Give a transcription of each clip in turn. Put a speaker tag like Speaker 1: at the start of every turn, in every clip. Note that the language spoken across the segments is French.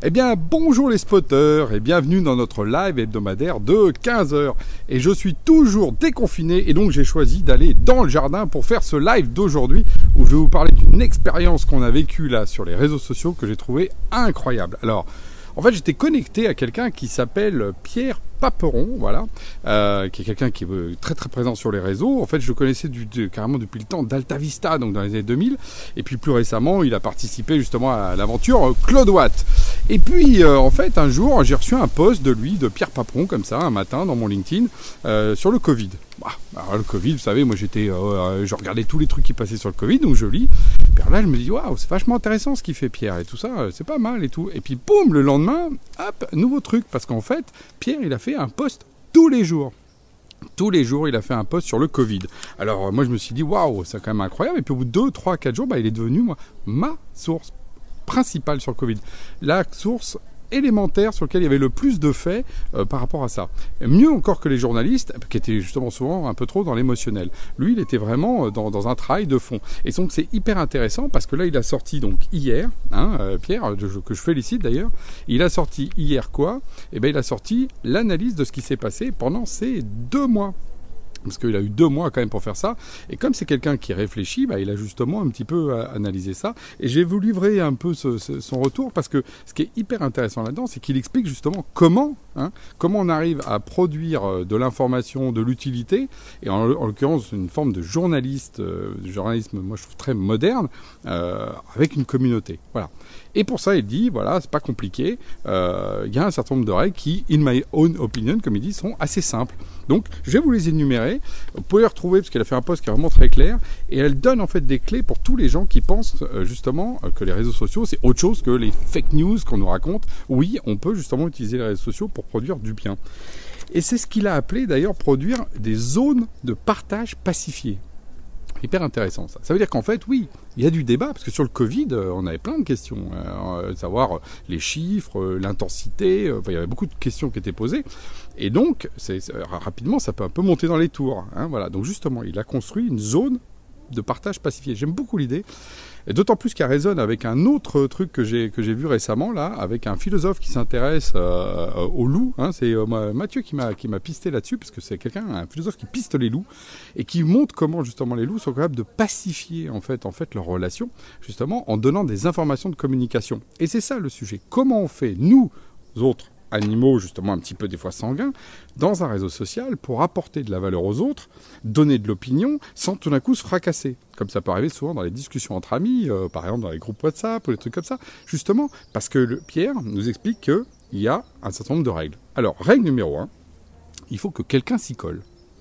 Speaker 1: Eh bien, bonjour les spotters et bienvenue dans notre live hebdomadaire de 15 heures. Et je suis toujours déconfiné et donc j'ai choisi d'aller dans le jardin pour faire ce live d'aujourd'hui où je vais vous parler d'une expérience qu'on a vécue là sur les réseaux sociaux que j'ai trouvé incroyable. Alors, en fait, j'étais connecté à quelqu'un qui s'appelle Pierre Paperon, voilà, qui est quelqu'un qui est très très présent sur les réseaux. En fait, je le connaissais carrément depuis le temps d'Alta Vista, donc dans les années 2000. Et puis plus récemment, il a participé justement à l'aventure Claude Watt. Et puis, en fait, un jour, j'ai reçu un post de lui, de Pierre Paperon, comme ça, un matin, dans mon LinkedIn, sur le Covid. Alors, le Covid, vous savez, moi je regardais tous les trucs qui passaient sur le Covid, donc je lis. Puis là, je me dis, waouh, c'est vachement intéressant ce qu'il fait Pierre et tout ça, c'est pas mal et tout. Et puis, boum, le lendemain, hop, nouveau truc, parce qu'en fait, Pierre, il a fait un post tous les jours. Tous les jours, il a fait un post sur le Covid. Alors, moi, je me suis dit, waouh, c'est quand même incroyable. Et puis, au bout de 2, 3, 4 jours, il est devenu, ma source principale sur le Covid. La source élémentaire sur lequel il y avait le plus de faits par rapport à ça. Mieux encore que les journalistes, qui étaient justement souvent un peu trop dans l'émotionnel. Lui, il était vraiment dans un travail de fond. Et donc, c'est hyper intéressant parce que là, il a sorti donc hier, Pierre, que je félicite d'ailleurs, il a sorti hier quoi ? Eh bien, il a sorti l'analyse de ce qui s'est passé pendant ces 2 mois. Parce qu'il a eu 2 mois quand même pour faire ça. Et comme c'est quelqu'un qui réfléchit, il a justement un petit peu analysé ça. Et je vais vous livrer un peu son retour, parce que ce qui est hyper intéressant là-dedans, c'est qu'il explique justement comment on arrive à produire de l'information, de l'utilité, et en l'occurrence une forme de journalisme, moi je trouve très moderne, avec une communauté. Voilà. Et pour ça, il dit, voilà, c'est pas compliqué. Il y a un certain nombre de règles qui, in my own opinion, comme il dit, sont assez simples. Donc, je vais vous les énumérer. Vous pouvez les retrouver parce qu'elle a fait un post qui est vraiment très clair. Et elle donne en fait des clés pour tous les gens qui pensent justement que les réseaux sociaux, c'est autre chose que les fake news qu'on nous raconte. Oui, on peut justement utiliser les réseaux sociaux pour produire du bien. Et c'est ce qu'il a appelé d'ailleurs produire des zones de partage pacifiées. Hyper intéressant ça. Ça veut dire qu'en fait, oui, il y a du débat, parce que sur le Covid, on avait plein de questions, savoir les chiffres, l'intensité, il y avait beaucoup de questions qui étaient posées, et donc, rapidement, ça peut un peu monter dans les tours. Voilà. Donc justement, il a construit une zone de partage pacifié. J'aime beaucoup l'idée, et d'autant plus qu'elle résonne avec un autre truc que j'ai vu récemment, là, avec un philosophe qui s'intéresse aux loups. C'est Mathieu qui m'a pisté là-dessus, parce que c'est un philosophe qui piste les loups, et qui montre comment justement les loups sont capables de pacifier en fait leurs relations, justement en donnant des informations de communication. Et c'est ça le sujet. Comment on fait, nous autres animaux, justement un petit peu des fois sanguins, dans un réseau social pour apporter de la valeur aux autres, donner de l'opinion, sans tout d'un coup se fracasser. Comme ça peut arriver souvent dans les discussions entre amis, par exemple dans les groupes WhatsApp ou des trucs comme ça, justement parce que Pierre nous explique qu'il y a un certain nombre de règles. Alors, règle numéro 1, il faut que quelqu'un s'y colle.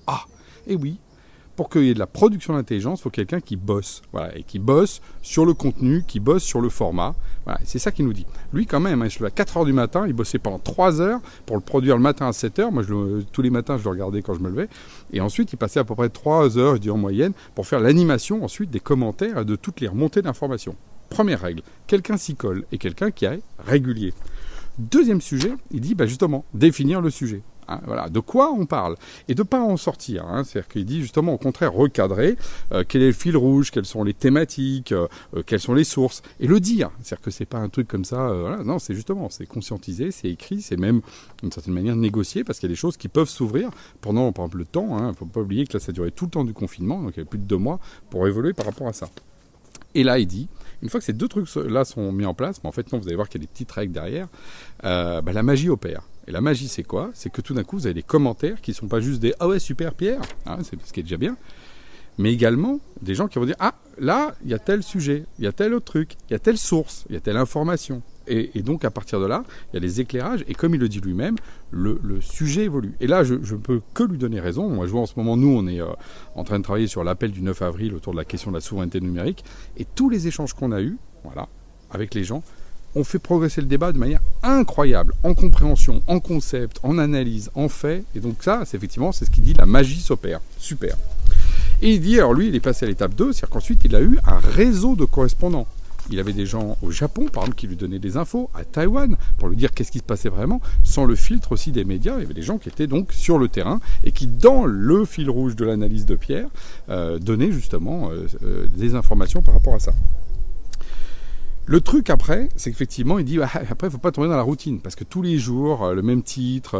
Speaker 1: Et oui, pour qu'il y ait de la production d'intelligence, il faut quelqu'un qui bosse. Voilà, et qui bosse sur le contenu, qui bosse sur le format. Voilà, c'est ça qu'il nous dit. Lui, quand même, il se levait à 4h du matin, il bossait pendant 3 heures pour le produire le matin à 7h. Moi, tous les matins, je le regardais quand je me levais. Et ensuite, il passait à peu près 3 heures, je dis en moyenne, pour faire l'animation, ensuite, des commentaires et de toutes les remontées d'informations. Première règle, quelqu'un s'y colle et quelqu'un qui est régulier. Deuxième sujet, il dit justement, définir le sujet. Voilà, de quoi on parle et de pas en sortir. C'est-à-dire qu'il dit justement au contraire recadrer quel est le fil rouge, quelles sont les thématiques, quelles sont les sources, et le dire. C'est-à-dire que c'est pas un truc comme ça. Non, c'est conscientisé, c'est écrit, c'est même d'une certaine manière négocié, parce qu'il y a des choses qui peuvent s'ouvrir pendant, par exemple, le temps. Faut pas oublier que là, ça a duré tout le temps du confinement, donc il y a plus de 2 mois pour évoluer par rapport à ça. Et là, il dit, une fois que ces 2 trucs-là sont mis en place, mais en fait, non, vous allez voir qu'il y a des petites règles derrière, la magie opère. Et la magie, c'est quoi ? C'est que tout d'un coup, vous avez des commentaires qui ne sont pas juste des « Ah ouais, super Pierre !» c'est ce qui est déjà bien. Mais également, des gens qui vont dire « Ah, là, il y a tel sujet, il y a tel autre truc, il y a telle source, il y a telle information. » Et donc, à partir de là, il y a les éclairages. Et comme il le dit lui-même, le sujet évolue. Et là, je ne peux que lui donner raison. Moi, je vois en ce moment, nous, on est en train de travailler sur l'appel du 9 avril autour de la question de la souveraineté numérique. Et tous les échanges qu'on a eus, avec les gens, on fait progresser le débat de manière incroyable, en compréhension, en concept, en analyse, en fait. Et donc ça, c'est ce qu'il dit, la magie s'opère. Super. Et il dit, alors lui, il est passé à l'étape 2, c'est-à-dire qu'ensuite, il a eu un réseau de correspondants. Il avait des gens au Japon, par exemple, qui lui donnaient des infos, à Taïwan, pour lui dire qu'est-ce qui se passait vraiment, sans le filtre aussi des médias. Il y avait des gens qui étaient donc sur le terrain et qui, dans le fil rouge de l'analyse de Pierre, donnaient justement des informations par rapport à ça. Le truc après, c'est qu'effectivement, il dit après, il faut pas tomber dans la routine parce que tous les jours, le même titre,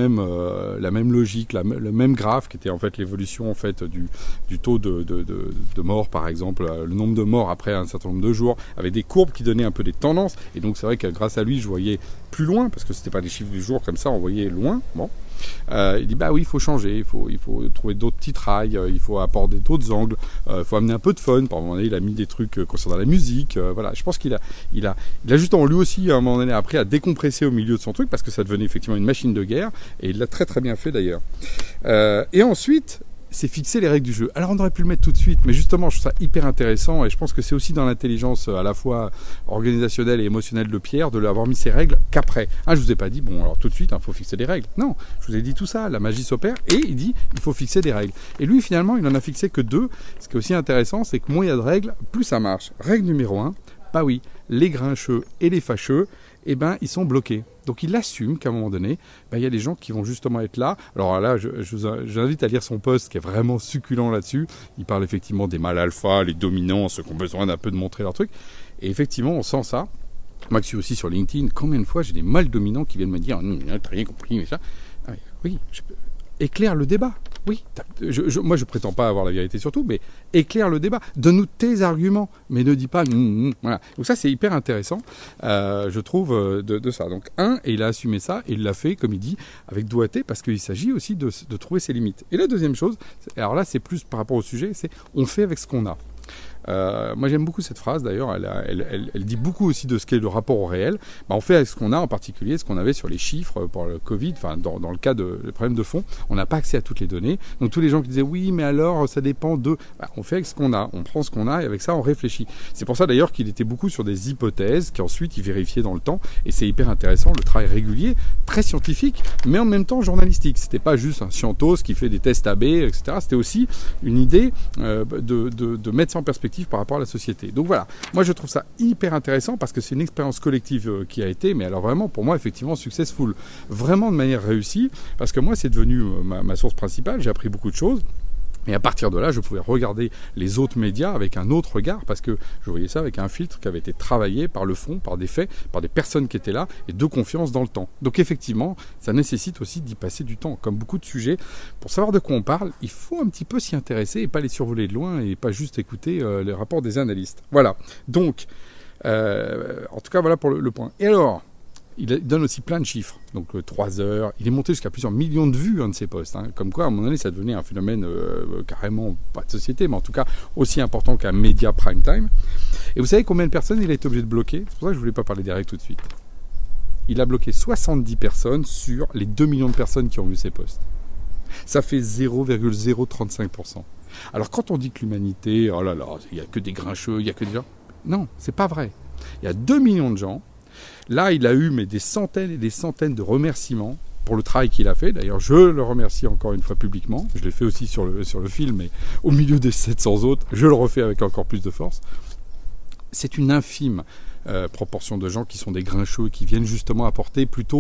Speaker 1: la même logique, le même graphe qui était en fait l'évolution en fait du taux de mort par exemple, le nombre de morts après un certain nombre de jours, avec des courbes qui donnaient un peu des tendances. Et donc c'est vrai que grâce à lui, je voyais plus loin parce que c'était pas des chiffres du jour comme ça, on voyait loin. Bon. Il dit bah oui, il faut changer, il faut trouver d'autres titrailles, il faut apporter d'autres angles, il faut amener un peu de fun. Par un moment donné, il a mis des trucs concernant la musique, voilà. Je pense qu'il a justement lui aussi à un moment donné appris à décompresser au milieu de son truc parce que ça devenait effectivement une machine de guerre et il l'a très très bien fait d'ailleurs. Et ensuite, c'est fixer les règles du jeu. Alors on aurait pu le mettre tout de suite, mais justement je trouve ça hyper intéressant et je pense que c'est aussi dans l'intelligence à la fois organisationnelle et émotionnelle de Pierre de lui avoir mis ses règles qu'après. Je vous ai pas dit bon alors tout de suite il faut fixer des règles. Non, je vous ai dit tout ça, la magie s'opère et il dit il faut fixer des règles. Et lui finalement il en a fixé que 2. Ce qui est aussi intéressant c'est que moins il y a de règles, plus ça marche. Règle numéro 1, bah oui, les grincheux et les fâcheux, eh ben ils sont bloqués. Donc il assume qu'à un moment donné, il y a des gens qui vont justement être là. Alors là, je vous invite à lire son post qui est vraiment succulent là-dessus. Il parle effectivement des mâles alpha, les dominants, ceux qui ont besoin d'un peu de montrer leur truc. Et effectivement, on sent ça. Moi qui suis aussi sur LinkedIn, combien de fois j'ai des mâles dominants qui viennent me dire « t'as rien compris, mais ça ». Oui, éclaire le débat. Oui, moi je prétends pas avoir la vérité sur tout, mais éclaire le débat. Donne-nous tes arguments, mais ne dis pas voilà. Donc ça c'est hyper intéressant, je trouve, de ça. Donc et il a assumé ça, et il l'a fait, comme il dit, avec doigté, parce qu'il s'agit aussi de trouver ses limites. Et la deuxième chose, alors là c'est plus par rapport au sujet, c'est on fait avec ce qu'on a. Moi j'aime beaucoup cette phrase d'ailleurs, elle dit beaucoup aussi de ce qu'est le rapport au réel. On fait avec ce qu'on a, en particulier ce qu'on avait sur les chiffres pour le Covid, enfin dans le cas de problèmes de fond, on n'a pas accès à toutes les données. Donc tous les gens qui disaient oui mais alors ça dépend de... on fait avec ce qu'on a, on prend ce qu'on a et avec ça on réfléchit. C'est pour ça d'ailleurs qu'il était beaucoup sur des hypothèses qu'ensuite il vérifiait dans le temps et c'est hyper intéressant, le travail régulier, très scientifique mais en même temps journalistique. C'était pas juste un scientos qui fait des tests AB, etc. C'était aussi une idée de mettre ça en perspective par rapport à la société. Donc voilà, moi je trouve ça hyper intéressant parce que c'est une expérience collective qui a été, mais alors vraiment pour moi effectivement successful, vraiment de manière réussie, parce que moi c'est devenu ma source principale, j'ai appris beaucoup de choses. Et à partir de là, je pouvais regarder les autres médias avec un autre regard parce que je voyais ça avec un filtre qui avait été travaillé par le fond, par des faits, par des personnes qui étaient là et de confiance dans le temps. Donc effectivement, ça nécessite aussi d'y passer du temps. Comme beaucoup de sujets, pour savoir de quoi on parle, il faut un petit peu s'y intéresser et pas les survoler de loin et pas juste écouter les rapports des analystes. Voilà. Donc, en tout cas, voilà pour le point. Et alors, il donne aussi plein de chiffres, donc 3 heures, il est monté jusqu'à plusieurs millions de vues de ses posts, comme quoi à un moment donné ça devenait un phénomène carrément, pas de société, mais en tout cas aussi important qu'un média prime time. Et vous savez combien de personnes il a été obligé de bloquer? C'est pour ça que je ne voulais pas parler des règles tout de suite. Il a bloqué 70 personnes sur les 2 millions de personnes qui ont vu ses posts. Ça fait 0,035%. Alors quand on dit que l'humanité, oh là là, il n'y a que des grincheux, il n'y a que des gens... Non, c'est pas vrai. Il y a 2 millions de gens. Là, il a eu des centaines et des centaines de remerciements pour le travail qu'il a fait. D'ailleurs, je le remercie encore une fois publiquement. Je l'ai fait aussi sur le film, mais au milieu des 700 autres, je le refais avec encore plus de force. C'est une infime proportion de gens qui sont des grincheux, qui viennent justement apporter plutôt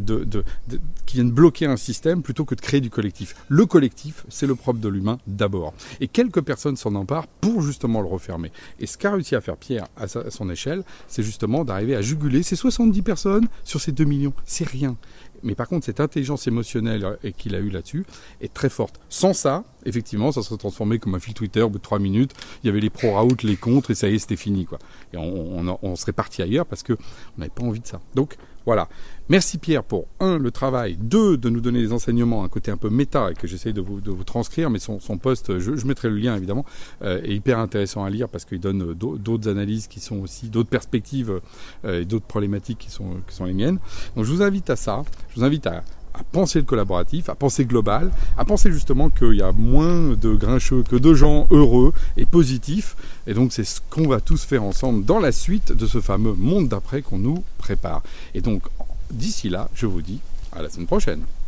Speaker 1: qui viennent bloquer un système plutôt que de créer du collectif. Le collectif, c'est le propre de l'humain d'abord. Et quelques personnes s'en emparent pour justement le refermer. Et ce qu'a réussi à faire Pierre à son échelle, c'est justement d'arriver à juguler ces 70 personnes sur ces 2 millions. C'est rien. Mais par contre, cette intelligence émotionnelle qu'il a eue là-dessus est très forte. Sans ça, effectivement, ça serait transformé comme un fil Twitter au bout de 3 minutes. Il y avait les pro-routes, les contre, et ça y est, c'était fini, quoi. Et on serait parti ailleurs parce qu'on n'avait pas envie de ça. Donc, voilà. Merci Pierre pour, 1, le travail, 2, de nous donner des enseignements, un côté un peu méta, et que j'essaye de vous transcrire, mais son post, je mettrai le lien évidemment, est hyper intéressant à lire parce qu'il donne d'autres analyses qui sont aussi, d'autres perspectives et d'autres problématiques qui sont les miennes. Donc je vous invite à ça, je vous invite à penser le collaboratif, à penser global, à penser justement qu'il y a moins de grincheux que de gens heureux et positifs. Et donc c'est ce qu'on va tous faire ensemble dans la suite de ce fameux monde d'après qu'on nous prépare. Et donc d'ici là, je vous dis à la semaine prochaine.